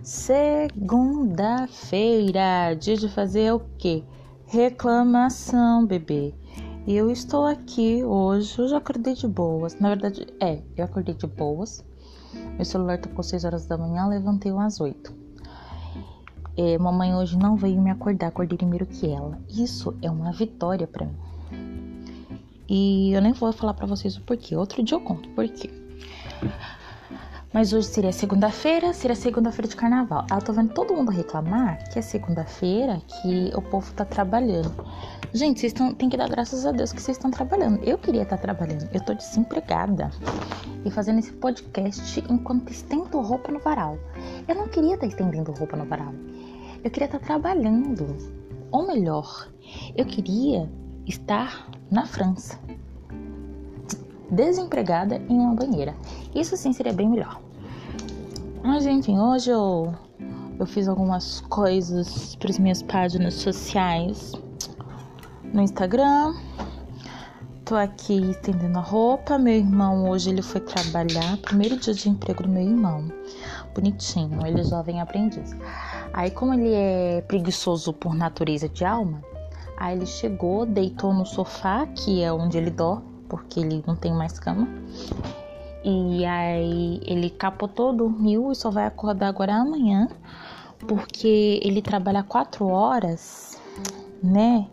Segunda-feira, dia de fazer o quê? Reclamação, bebê. E eu estou aqui hoje, eu já acordei de boas. Na verdade, eu acordei de boas. Meu celular tocou 6 horas da manhã, levantei umas 8. Mamãe hoje não veio me acordar, acordei primeiro que ela. Isso é uma vitória pra mim. E eu nem vou falar pra vocês o porquê. Outro dia eu conto o porquê. Mas hoje seria segunda-feira de carnaval. Eu tô vendo todo mundo reclamar que é segunda-feira, que o povo tá trabalhando. Gente, vocês têm que dar graças a Deus que vocês estão trabalhando. Eu queria estar trabalhando. Eu tô desempregada. E fazendo esse podcast enquanto estendo roupa no varal. Eu não queria estar estendendo roupa no varal. Eu queria estar trabalhando. Ou melhor, eu queria estar na França, desempregada em uma banheira. Isso sim seria bem melhor. Mas enfim, hoje eu fiz algumas coisas para as minhas páginas sociais no Instagram. Tô aqui estendendo a roupa. Meu irmão hoje ele foi trabalhar, primeiro dia de emprego do meu irmão. Bonitinho, ele é jovem aprendiz. Aí como ele é preguiçoso por natureza de alma, aí ele chegou, deitou no sofá, que é onde ele dorme, porque ele não tem mais cama. E aí ele capotou, dormiu e só vai acordar agora amanhã, porque ele trabalha 4 horas, né?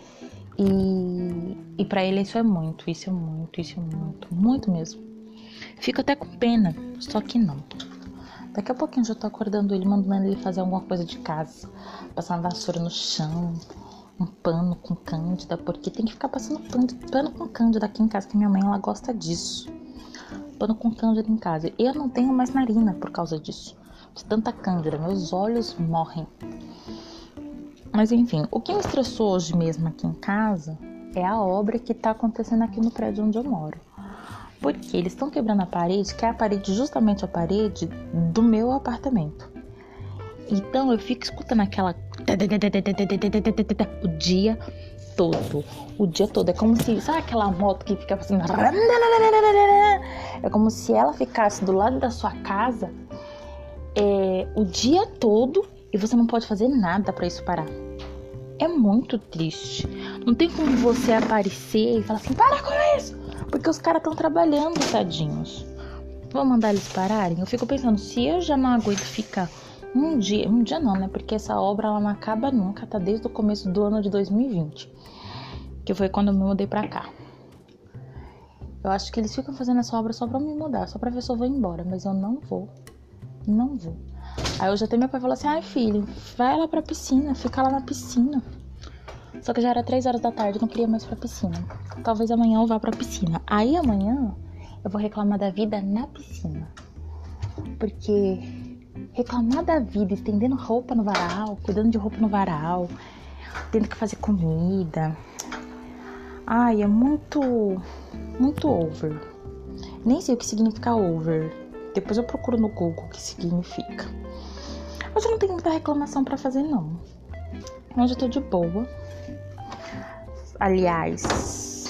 E pra ele isso é muito mesmo. Fico até com pena, só que não. Daqui a pouquinho eu já tô acordando ele, mandando ele fazer alguma coisa de casa, passar uma vassoura no chão, um pano com cândida, porque tem que ficar passando pano com cândida aqui em casa, que minha mãe ela gosta disso. Pano com cândida em casa. Eu não tenho mais narina por causa disso. De tanta cândida, meus olhos morrem. Mas enfim, o que me estressou hoje mesmo aqui em casa é a obra que tá acontecendo aqui no prédio onde eu moro. Porque eles estão quebrando a parede, que é a parede, justamente a parede do meu apartamento. Então eu fico escutando aquela o dia todo. É como se, sabe aquela moto que fica fazendo... É como se ela ficasse do lado da sua casa o dia todo e você não pode fazer nada pra isso parar. É muito triste. Não tem como você aparecer e falar assim, para com isso! Porque os caras estão trabalhando, tadinhos. Vou mandar eles pararem? Eu fico pensando, se eu já não aguento ficar um dia não, né? Porque essa obra ela não acaba nunca, tá desde o começo do ano de 2020. Que foi quando eu me mudei pra cá. Eu acho que eles ficam fazendo essa obra só pra me mudar, só pra ver se eu vou embora. Mas eu não vou. Aí hoje até meu pai falou assim, ai filho, vai lá pra piscina, fica lá na piscina. Só que já era 3 horas da tarde, eu não queria mais ir pra piscina. Talvez amanhã eu vá pra piscina. Aí amanhã eu vou reclamar da vida na piscina. Porque reclamar da vida, estendendo roupa no varal, cuidando de roupa no varal, tendo que fazer comida. Ai, é muito over. Nem sei o que significa over. Depois eu procuro no Google o que significa. Hoje eu não tenho muita reclamação pra fazer, não. Hoje eu tô de boa. Aliás,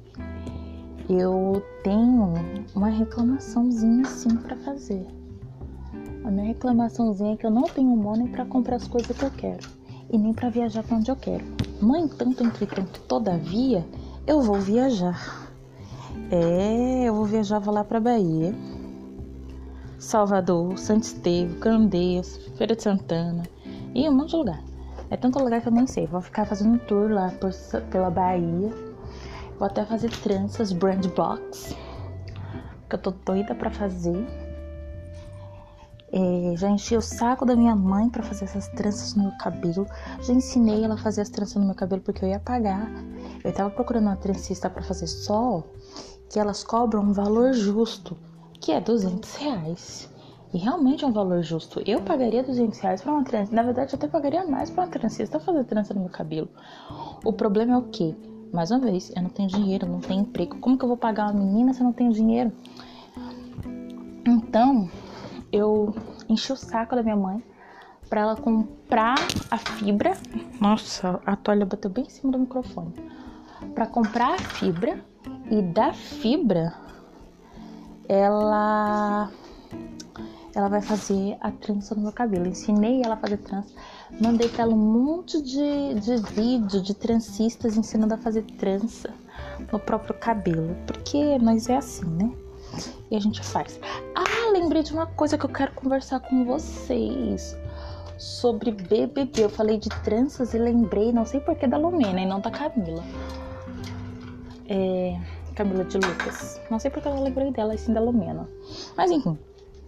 eu tenho uma reclamaçãozinha sim pra fazer. A minha reclamaçãozinha é que eu não tenho money pra comprar as coisas que eu quero. E nem pra viajar pra onde eu quero. No entanto, entretanto, todavia, eu vou viajar. Eu vou viajar, vou lá pra Bahia. Salvador, Santo Estevão, Candeias, Feira de Santana e um monte de lugar. É tanto lugar que eu nem sei. Vou ficar fazendo um tour lá pela Bahia. Vou até fazer tranças, brand box, que eu tô doida pra fazer. Já enchi o saco da minha mãe pra fazer essas tranças no meu cabelo. Já ensinei ela a fazer as tranças no meu cabelo porque eu ia pagar. Eu tava procurando uma trancista pra fazer só, que elas cobram um valor justo, que é R$200. E realmente é um valor justo. Eu pagaria R$200 pra uma trança. Na verdade, eu até pagaria mais pra uma trancista fazer trança no meu cabelo. O problema é o quê? Mais uma vez, eu não tenho dinheiro, eu não tenho emprego. Como que eu vou pagar uma menina se eu não tenho dinheiro? Então, eu enchi o saco da minha mãe pra ela comprar a fibra. Nossa, a toalha bateu bem em cima do microfone. Pra comprar a fibra. E da fibra, ela ela vai fazer a trança no meu cabelo. Eu ensinei ela a fazer trança. Mandei pra ela um monte de vídeo de trancistas ensinando a fazer trança no próprio cabelo. Porque nós é assim, né? E a gente faz. Lembrei de uma coisa que eu quero conversar com vocês. Sobre BBB. Eu falei de tranças e lembrei, não sei porquê, da Lumena e não da Camila. Camila de Lucas. Não sei porque eu lembrei dela e sim da Lumena. Mas enfim.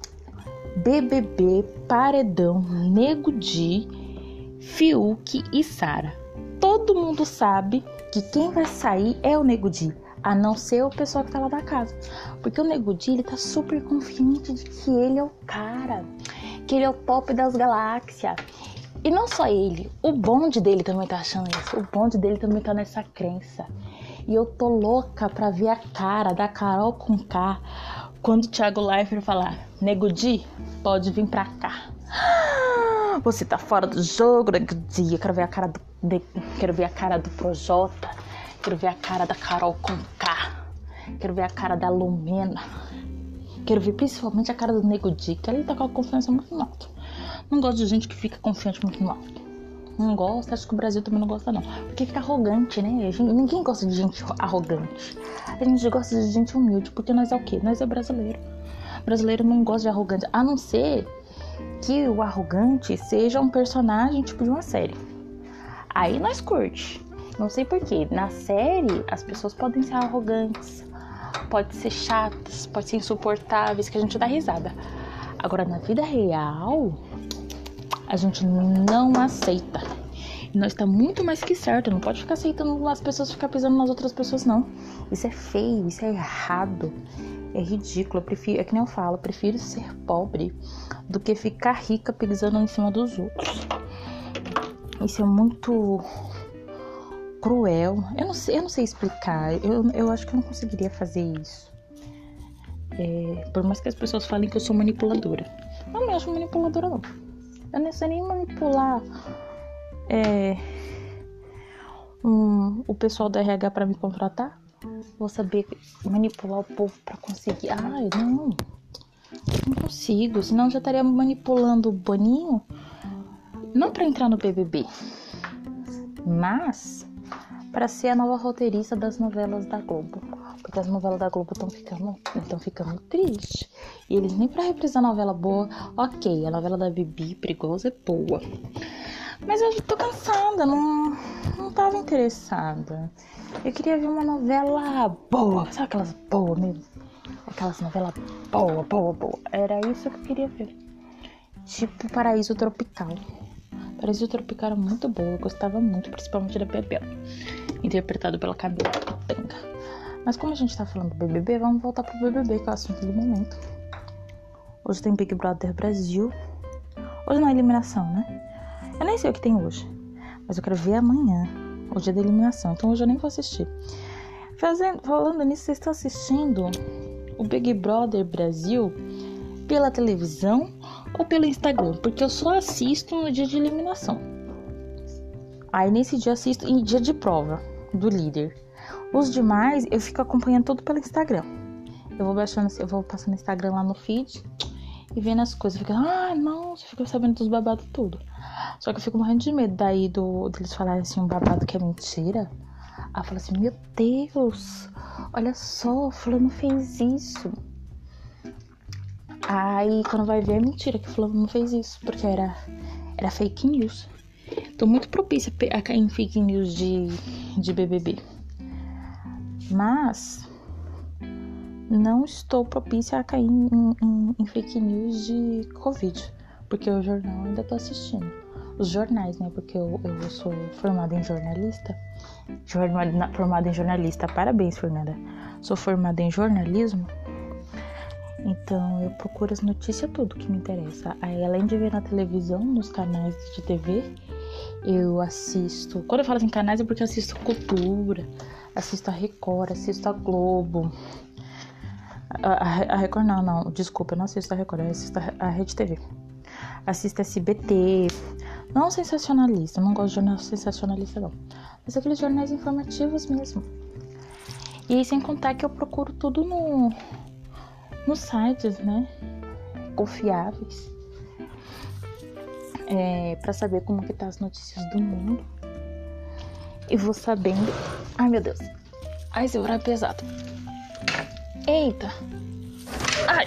BBB, Paredão, Nego Di, Fiuk e Sara. Todo mundo sabe que quem vai sair é o Nego Di, a não ser o pessoal que tá lá da casa. Porque o Nego Di, ele tá super confiante de que ele é o cara, que ele é o top das galáxias. E não só ele, o bonde dele também tá achando isso. O bonde dele também tá nessa crença. E eu tô louca pra ver a cara da Carol Conká quando o Thiago Leifert falar: Nego Di, pode vir pra cá. Você tá fora do jogo, Nego Di. Eu quero ver a cara quero ver a cara do Projota. Quero ver a cara da Carol Conká. Quero ver a cara da Lumena. Quero ver principalmente a cara do Nego Di, que ele tá com a confiança muito alta. Não gosto de gente que fica confiante muito alto. Não gosto, acho que o Brasil também não gosta não. Porque fica arrogante, né? Ninguém gosta de gente arrogante. A gente gosta de gente humilde, porque nós é o quê? Nós é brasileiro. Brasileiro não gosta de arrogante, a não ser que o arrogante seja um personagem tipo de uma série. Aí nós curte. Não sei porquê. Na série, as pessoas podem ser arrogantes, podem ser chatas, podem ser insuportáveis, que a gente dá risada. Agora, na vida real, a gente não aceita. E nós tá muito mais que certo. Não pode ficar aceitando as pessoas ficar pisando nas outras pessoas, não. Isso é feio, isso é errado. É ridículo. É que nem eu falo, eu prefiro ser pobre do que ficar rica pisando em cima dos outros. Isso é muito cruel. Eu não sei explicar. Eu acho que eu não conseguiria fazer isso. Por mais que as pessoas falem que eu sou manipuladora. Eu não me acho manipuladora, não. Eu não sei nem manipular o pessoal do RH pra me contratar. Vou saber manipular o povo pra conseguir. Não consigo. Senão eu já estaria manipulando o Boninho. Não pra entrar no BBB, mas para ser a nova roteirista das novelas da Globo. Porque as novelas da Globo estão ficando tristes. E eles nem pra reprisar novela boa. Ok, a novela da Bibi, Perigosa, é boa. Mas eu já tô cansada, não tava interessada. Eu queria ver uma novela boa. Sabe aquelas boas mesmo? Aquelas novelas boa. Era isso que eu queria ver. Tipo Paraíso Tropical. Paraíso Tropical era muito boa, eu gostava muito, principalmente da Bebel, interpretado pela Camila Pitanga. Mas como a gente tá falando do BBB, vamos voltar pro BBB, que é o assunto do momento. Hoje tem Big Brother Brasil. Hoje não é eliminação, né? Eu nem sei o que tem hoje, mas eu quero ver amanhã, o dia da eliminação, então hoje eu nem vou assistir. Falando nisso, vocês estão assistindo o Big Brother Brasil pela televisão ou pelo Instagram? Porque eu só assisto no dia de eliminação. Aí nesse dia eu assisto em dia de prova do líder. Os demais eu fico acompanhando tudo pelo Instagram. Eu vou passando o Instagram lá no feed e vendo as coisas. Fico, nossa, eu fico sabendo dos babados tudo. Só que eu fico morrendo de medo daí deles falarem assim um babado que é mentira. Aí eu falo assim, meu Deus, olha só, fulano fez isso. Aí quando vai ver é mentira que fulano não fez isso, porque era fake news. Tô muito propícia a cair em fake news de BBB. Mas não estou propícia a cair em fake news de Covid, porque o jornal ainda tô assistindo. Os jornais, né? Porque eu sou formada em jornalista. Formada em jornalista. Parabéns, Fernanda. Sou formada em jornalismo. Então eu procuro as notícias, tudo que me interessa. Aí, além de ver na televisão, nos canais de TV, eu assisto. Quando eu falo em canais é porque eu assisto Cultura, assisto a Record, assisto a Globo. A Record não, desculpa, eu não assisto a Record, eu assisto a Rede TV. Assisto SBT. Não sensacionalista, não gosto de jornal sensacionalista não. Mas aqueles jornais informativos mesmo. E sem contar que eu procuro tudo nos sites, né? confiáveis, para saber como que tá as notícias do mundo. E vou sabendo... Ai, meu Deus. Ai, esse horário é pesado. Eita. Ai.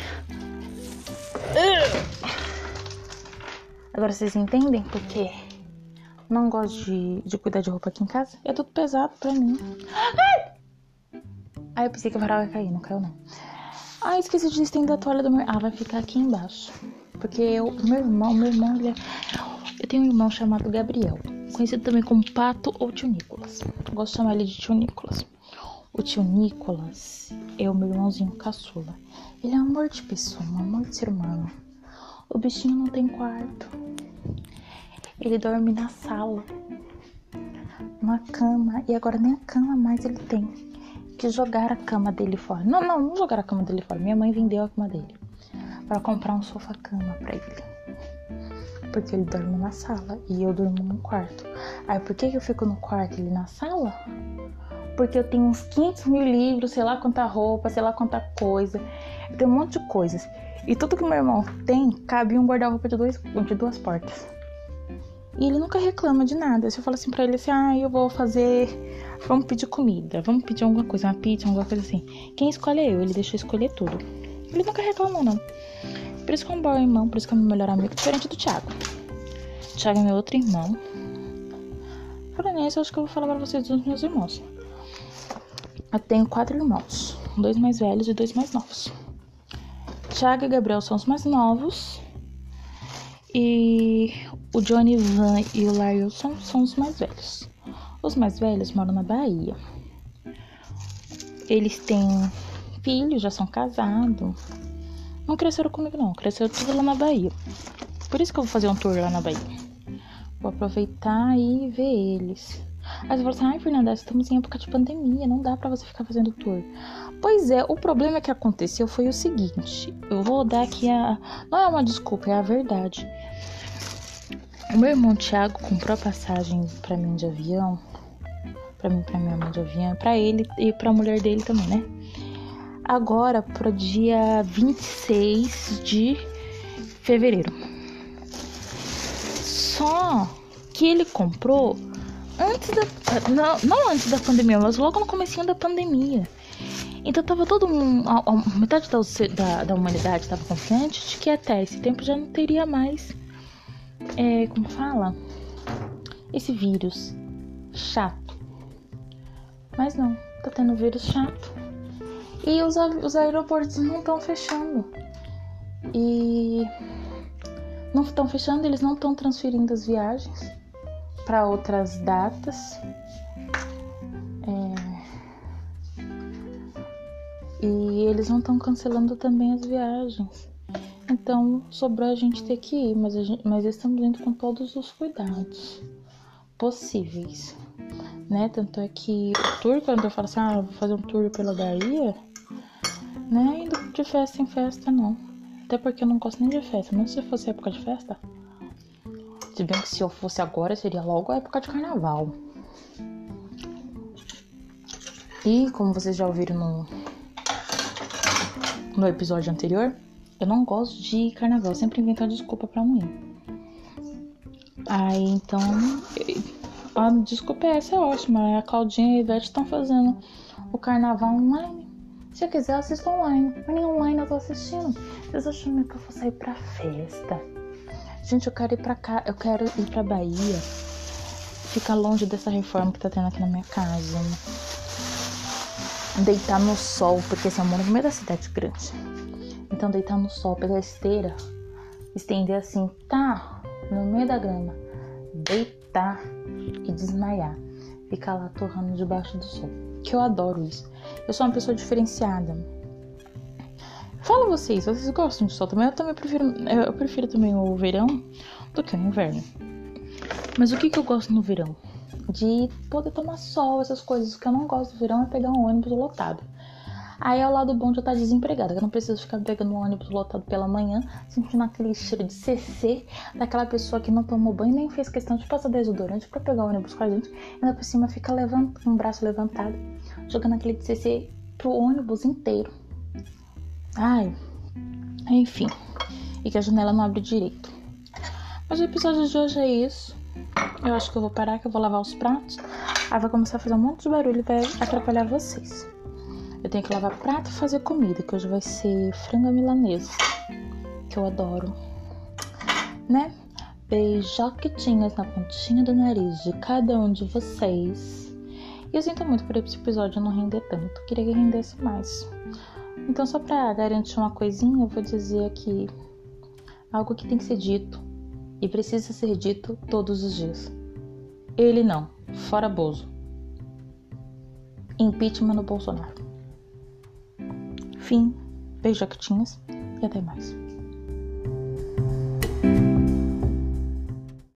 Agora vocês entendem porque não gosto de cuidar de roupa aqui em casa? É tudo pesado pra mim. Ai, eu pensei que a varal ia cair. Não caiu, não. Ai, esqueci de estender a toalha do meu... Ah, vai ficar aqui embaixo. Porque meu irmão, ele é... Eu tenho um irmão chamado Gabriel, conhecido também como Pato ou Tio Nicolas. Eu gosto de chamar ele de Tio Nicolas. O tio Nicolas é o meu irmãozinho caçula. Ele é um amor de pessoa, um amor de ser humano. O bichinho não tem quarto. Ele dorme na sala, na cama. E agora nem a cama mais ele tem. Que jogar a cama dele fora. Não jogar a cama dele fora. Minha mãe vendeu a cama dele para comprar um sofá-cama pra ele. Porque ele dorme na sala e eu durmo no quarto. Aí por que eu fico no quarto e ele na sala? Porque eu tenho uns 500 mil livros, sei lá quanta roupa, sei lá quanta coisa. Eu tenho um monte de coisas. E tudo que meu irmão tem, cabe um guarda-roupa de duas portas. E ele nunca reclama de nada. Se eu falo assim pra ele assim, eu vou fazer... Vamos pedir comida, vamos pedir alguma coisa, uma pizza, alguma coisa assim. Quem escolhe é eu, ele deixa eu escolher tudo. Ele nunca reclamou, não. Por isso que é um bom irmão, por isso que é meu melhor amigo, diferente do Thiago. O Thiago é meu outro irmão. Falando nisso, eu acho que eu vou falar pra vocês dos meus irmãos. Eu tenho 4 irmãos, 2 mais velhos e 2 mais novos. Thiago e Gabriel são os mais novos. E o Johnny, Ivan e o Lailson são os mais velhos. Os mais velhos moram na Bahia. Eles têm filhos, já são casados. Não cresceram comigo, não. Cresceram tudo lá na Bahia. Por isso que eu vou fazer um tour lá na Bahia. Vou aproveitar e ver eles. Aí você fala assim, Fernanda, estamos em época de pandemia, não dá pra você ficar fazendo tour. Pois é, o problema que aconteceu foi o seguinte. Eu vou dar aqui não é uma desculpa, é a verdade. O meu irmão Thiago comprou a passagem pra mim de avião. Pra minha mãe de avião. Pra ele e pra mulher dele também, né? Agora pro dia 26 de fevereiro. Só que ele comprou antes não antes da pandemia, mas logo no comecinho da pandemia. Então tava todo mundo, metade da humanidade tava confiante de que até esse tempo já não teria mais, como fala? Esse vírus chato. Mas não, tá tendo vírus chato. E os aeroportos não estão fechando. E não estão fechando, eles não estão transferindo as viagens para outras datas. E eles não estão cancelando também as viagens. Então sobrou a gente ter que ir, mas estamos indo com todos os cuidados possíveis, né? Tanto é que o tour, quando eu falo assim, eu vou fazer um tour pela Bahia, não é indo de festa em festa, não. Até porque eu não gosto nem de festa, mesmo se fosse época de festa. Se bem que se eu fosse agora, seria logo a época de carnaval. E como vocês já ouviram no episódio anterior, eu não gosto de carnaval, eu sempre invento uma desculpa pra não ir. Aí então, a desculpa é essa, é ótima. A Claudinha e a Ivete estão fazendo o carnaval online. Se eu quiser, eu assisto online. Mas nem online eu tô assistindo. Vocês acham que eu vou sair pra festa? Gente, eu quero ir pra cá, eu quero ir pra Bahia. Ficar longe dessa reforma que tá tendo aqui na minha casa. Deitar no sol, porque assim, eu moro no meio da cidade grande. Então deitar no sol, pegar a esteira, estender assim, no meio da grama, deitar e desmaiar. Ficar lá torrando debaixo do sol. Que eu adoro isso. Eu sou uma pessoa diferenciada. Fala vocês gostam de sol também? Eu prefiro também o verão do que o inverno. Mas o que eu gosto no verão? De poder tomar sol, essas coisas. O que eu não gosto do verão é pegar um ônibus lotado. Aí é o lado bom de eu estar desempregada, que eu não preciso ficar pegando um ônibus lotado pela manhã, sentindo aquele cheiro de CC daquela pessoa que não tomou banho nem fez questão de passar desodorante pra pegar o ônibus com a gente. E ainda por cima fica com o braço levantado, jogando aquele CC pro ônibus inteiro. Ai, enfim. e que a janela não abre direito. Mas o episódio de hoje é isso. Eu acho que eu vou parar, que eu vou lavar os pratos. Aí vai começar a fazer um monte de barulho e vai atrapalhar vocês. Eu tenho que lavar prato e fazer comida, que hoje vai ser frango à milanesa, que eu adoro, né? Beijoquinhas na pontinha do nariz de cada um de vocês. E eu sinto muito por esse episódio não render tanto. Queria que rendesse mais. Então, só pra garantir uma coisinha, eu vou dizer aqui algo que tem que ser dito e precisa ser dito todos os dias. Ele não. Fora Bozo. Impeachment no Bolsonaro. Fim. Beijoquinhas e até mais.